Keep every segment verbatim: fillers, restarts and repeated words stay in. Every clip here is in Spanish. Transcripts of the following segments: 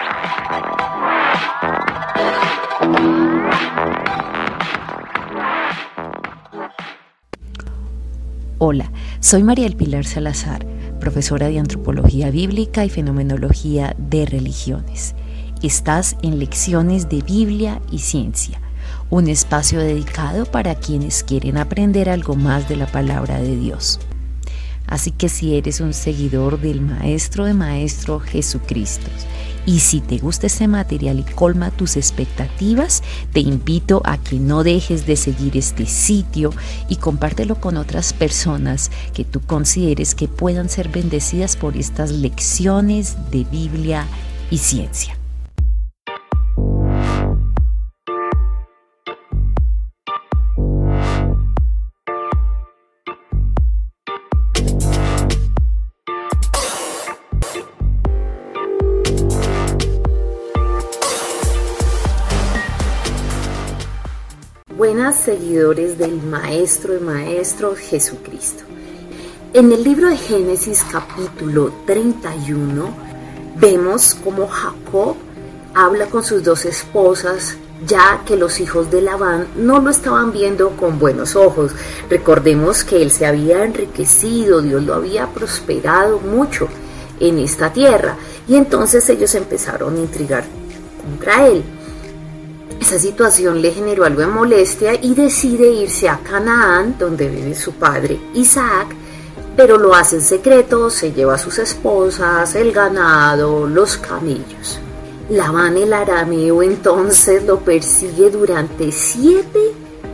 Hola, soy María del Pilar Salazar, profesora de Antropología Bíblica y Fenomenología de Religiones. Estás en Lecciones de Biblia y Ciencia, un espacio dedicado para quienes quieren aprender algo más de la palabra de Dios. Así que si eres un seguidor del Maestro de Maestros Jesucristo y si te gusta este material y colma tus expectativas, te invito a que no dejes de seguir este sitio y compártelo con otras personas que tú consideres que puedan ser bendecidas por estas lecciones de Biblia y ciencia. Buenas seguidores del Maestro de Maestros Jesucristo. En el libro de Génesis capítulo treinta y uno vemos cómo Jacob habla con sus dos esposas, ya que los hijos de Labán no lo estaban viendo con buenos ojos. Recordemos que él se había enriquecido, Dios lo había prosperado mucho en esta tierra, y entonces ellos empezaron a intrigar contra él. Esa situación le generó algo de molestia y decide irse a Canaán, donde vive su padre Isaac, pero lo hace en secreto, se lleva a sus esposas, el ganado, los camellos. Labán el arameo entonces lo persigue durante siete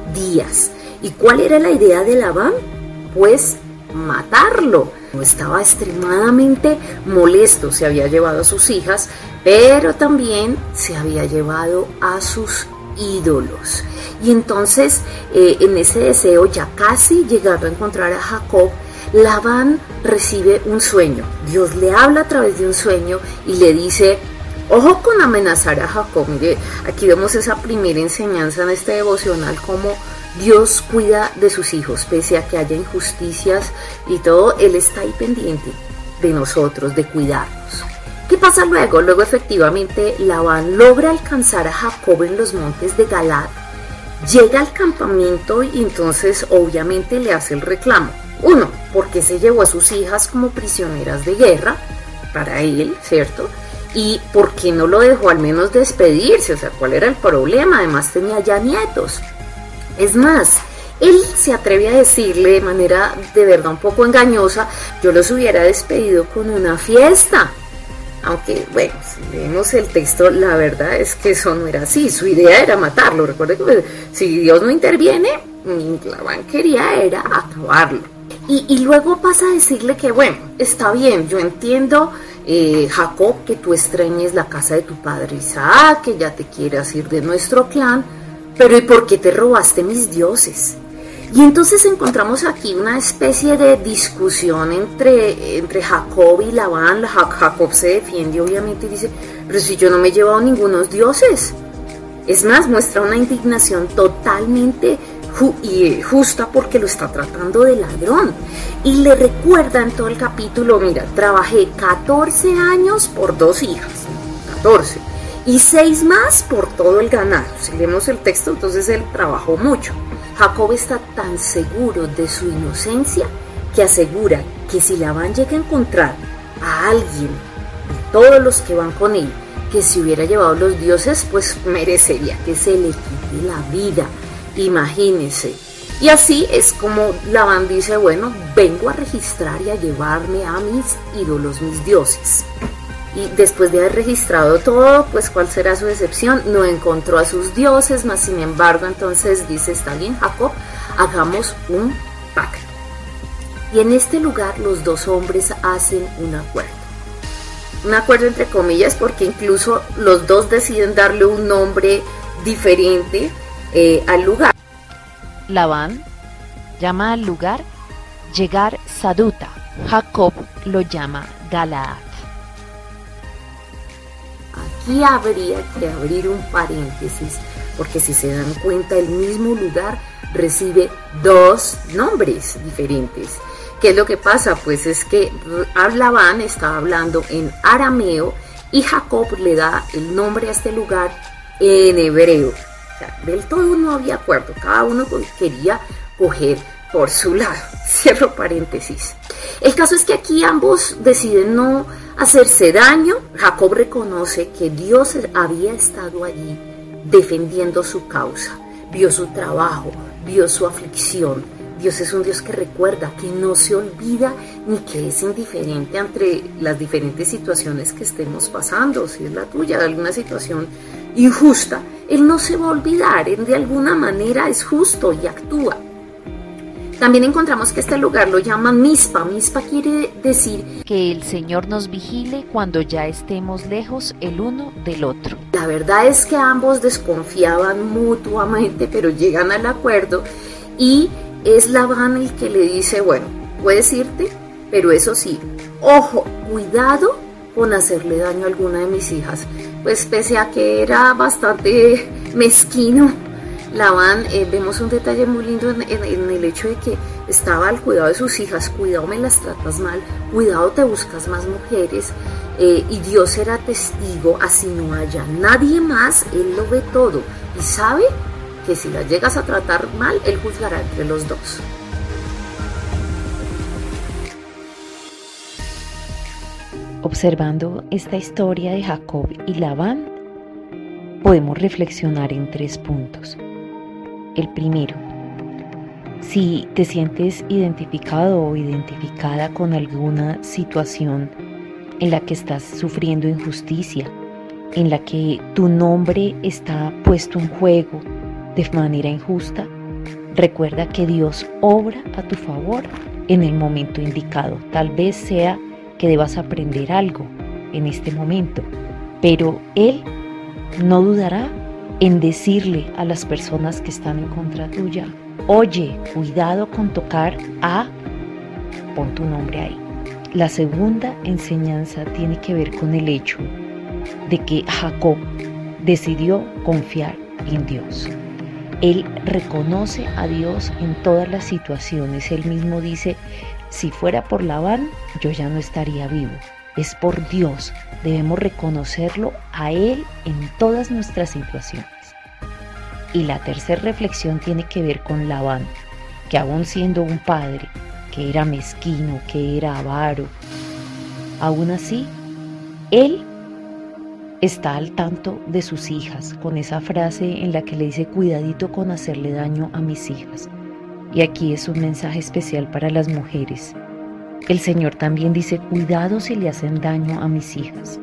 días. ¿Y cuál era la idea de Labán? Pues matarlo. Estaba extremadamente molesto, se había llevado a sus hijas, pero también se había llevado a sus ídolos. Y entonces, eh, en ese deseo, ya casi llegando a encontrar a Jacob, Labán recibe un sueño. Dios le habla a través de un sueño y le dice: ojo con amenazar a Jacob. Mire, aquí vemos esa primera enseñanza en este devocional, como Dios cuida de sus hijos, pese a que haya injusticias y todo, Él está ahí pendiente de nosotros, de cuidarnos. ¿Qué pasa luego? Luego efectivamente Labán logra alcanzar a Jacob en los montes de Galaad, llega al campamento y entonces obviamente le hace el reclamo. Uno, porque se llevó a sus hijas como prisioneras de guerra para él, ¿cierto? Y por qué no lo dejó al menos despedirse, o sea, ¿cuál era el problema? Además tenía ya nietos. Es más, él se atreve a decirle de manera de verdad un poco engañosa: yo los hubiera despedido con una fiesta. Aunque, bueno, si leemos el texto, la verdad es que eso no era así. Su idea era matarlo. Recuerde que pues, si Dios no interviene, Labán quería era acabarlo. Y, y luego pasa a decirle que, bueno, está bien, yo entiendo, eh, Jacob, que tú extrañes la casa de tu padre Isaac, que ya te quieras ir de nuestro clan, pero ¿y por qué te robaste mis dioses? Y entonces encontramos aquí una especie de discusión entre, entre Jacob y Labán. Jacob se defiende obviamente y dice: pero si yo no me he llevado ningunos dioses. Es más, muestra una indignación totalmente ju- y justa porque lo está tratando de ladrón. Y le recuerda en todo el capítulo: mira, trabajé catorce años por dos hijas, catorce, y seis más por todo el ganado. Si leemos el texto, entonces él trabajó mucho. Jacob está tan seguro de su inocencia que asegura que si Labán llega a encontrar a alguien de todos los que van con él que se hubiera llevado los dioses, pues merecería que se le quite la vida. Imagínense. Y así es como Labán dice: bueno, vengo a registrar y a llevarme a mis ídolos, mis dioses. Y después de haber registrado todo, pues ¿cuál será su decepción? No encontró a sus dioses, mas sin embargo entonces dice: está bien, Jacob, hagamos un pacto. Y en este lugar los dos hombres hacen un acuerdo. Un acuerdo entre comillas, porque incluso los dos deciden darle un nombre diferente eh, al lugar. Labán llama al lugar Jegar Saduta. Jacob lo llama Galaad. Aquí habría que abrir un paréntesis, porque si se dan cuenta, el mismo lugar recibe dos nombres diferentes. ¿Qué es lo que pasa? Pues es que Labán estaba hablando en arameo y Jacob le da el nombre a este lugar en hebreo. O sea, del todo no había acuerdo, cada uno quería coger por su lado. Cierro paréntesis. El caso es que aquí ambos deciden no hacerse daño. Jacob reconoce que Dios había estado allí defendiendo su causa, vio su trabajo, vio su aflicción. Dios es un Dios que recuerda, que no se olvida ni que es indiferente ante las diferentes situaciones que estemos pasando. Si es la tuya, de alguna situación injusta, Él no se va a olvidar, Él de alguna manera es justo y actúa. También encontramos que este lugar lo llaman Mizpa. Mizpa quiere decir que el Señor nos vigile cuando ya estemos lejos el uno del otro. La verdad es que ambos desconfiaban mutuamente, pero llegan al acuerdo y es Labán el que le dice, bueno, puedes irte, pero eso sí, ojo, cuidado con hacerle daño a alguna de mis hijas. Pues pese a que era bastante mezquino, Labán, eh, vemos un detalle muy lindo en, en, en el hecho de que estaba al cuidado de sus hijas. Cuidado, me las tratas mal, cuidado, te buscas más mujeres, eh, y Dios será testigo, así no haya nadie más, Él lo ve todo y sabe que si las llegas a tratar mal, Él juzgará entre los dos. Observando esta historia de Jacob y Labán, podemos reflexionar en tres puntos. El primero, si te sientes identificado o identificada con alguna situación en la que estás sufriendo injusticia, en la que tu nombre está puesto en juego de manera injusta, recuerda que Dios obra a tu favor en el momento indicado. Tal vez sea que debas aprender algo en este momento, pero Él no dudará en decirle a las personas que están en contra tuya, oye, cuidado con tocar a, pon tu nombre ahí. La segunda enseñanza tiene que ver con el hecho de que Jacob decidió confiar en Dios. Él reconoce a Dios en todas las situaciones. Él mismo dice, si fuera por Labán, yo ya no estaría vivo. Es por Dios. Debemos reconocerlo a Él en todas nuestras situaciones. Y la tercera reflexión tiene que ver con Labán, que aún siendo un padre, que era mezquino, que era avaro, aún así, él está al tanto de sus hijas, con esa frase en la que le dice, cuidadito con hacerle daño a mis hijas. Y aquí es un mensaje especial para las mujeres. El Señor también dice, cuidado si le hacen daño a mis hijas.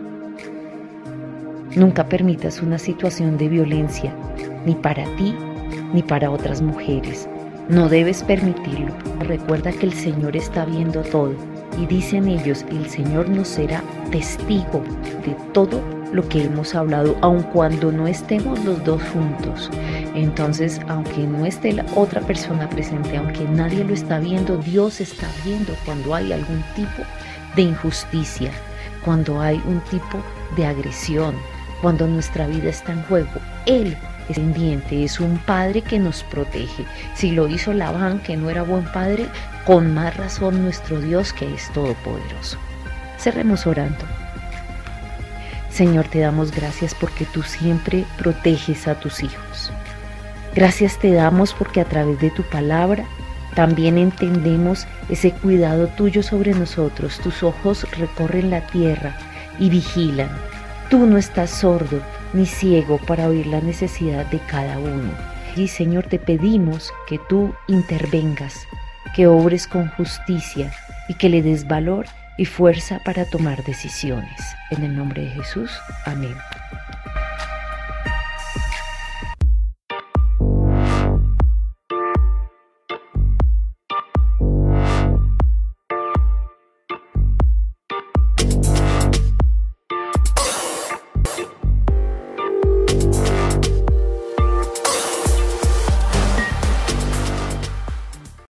Nunca permitas una situación de violencia, ni para ti, ni para otras mujeres. No debes permitirlo. Recuerda que el Señor está viendo todo. Y dicen ellos, el Señor nos será testigo de todo lo que hemos hablado, aun cuando no estemos los dos juntos. Entonces, aunque no esté la otra persona presente, aunque nadie lo está viendo, Dios está viendo cuando hay algún tipo de injusticia, cuando hay un tipo de agresión, cuando nuestra vida está en juego. Él es pendiente, es un padre que nos protege. Si lo hizo Labán, que no era buen padre, con más razón nuestro Dios, que es todopoderoso. Cerremos orando. Señor, te damos gracias porque tú siempre proteges a tus hijos. Gracias te damos porque a través de tu palabra también entendemos ese cuidado tuyo sobre nosotros. Tus ojos recorren la tierra y vigilan. Tú no estás sordo ni ciego para oír la necesidad de cada uno. Y Señor, te pedimos que tú intervengas, que obres con justicia y que le des valor y fuerza para tomar decisiones. En el nombre de Jesús, amén.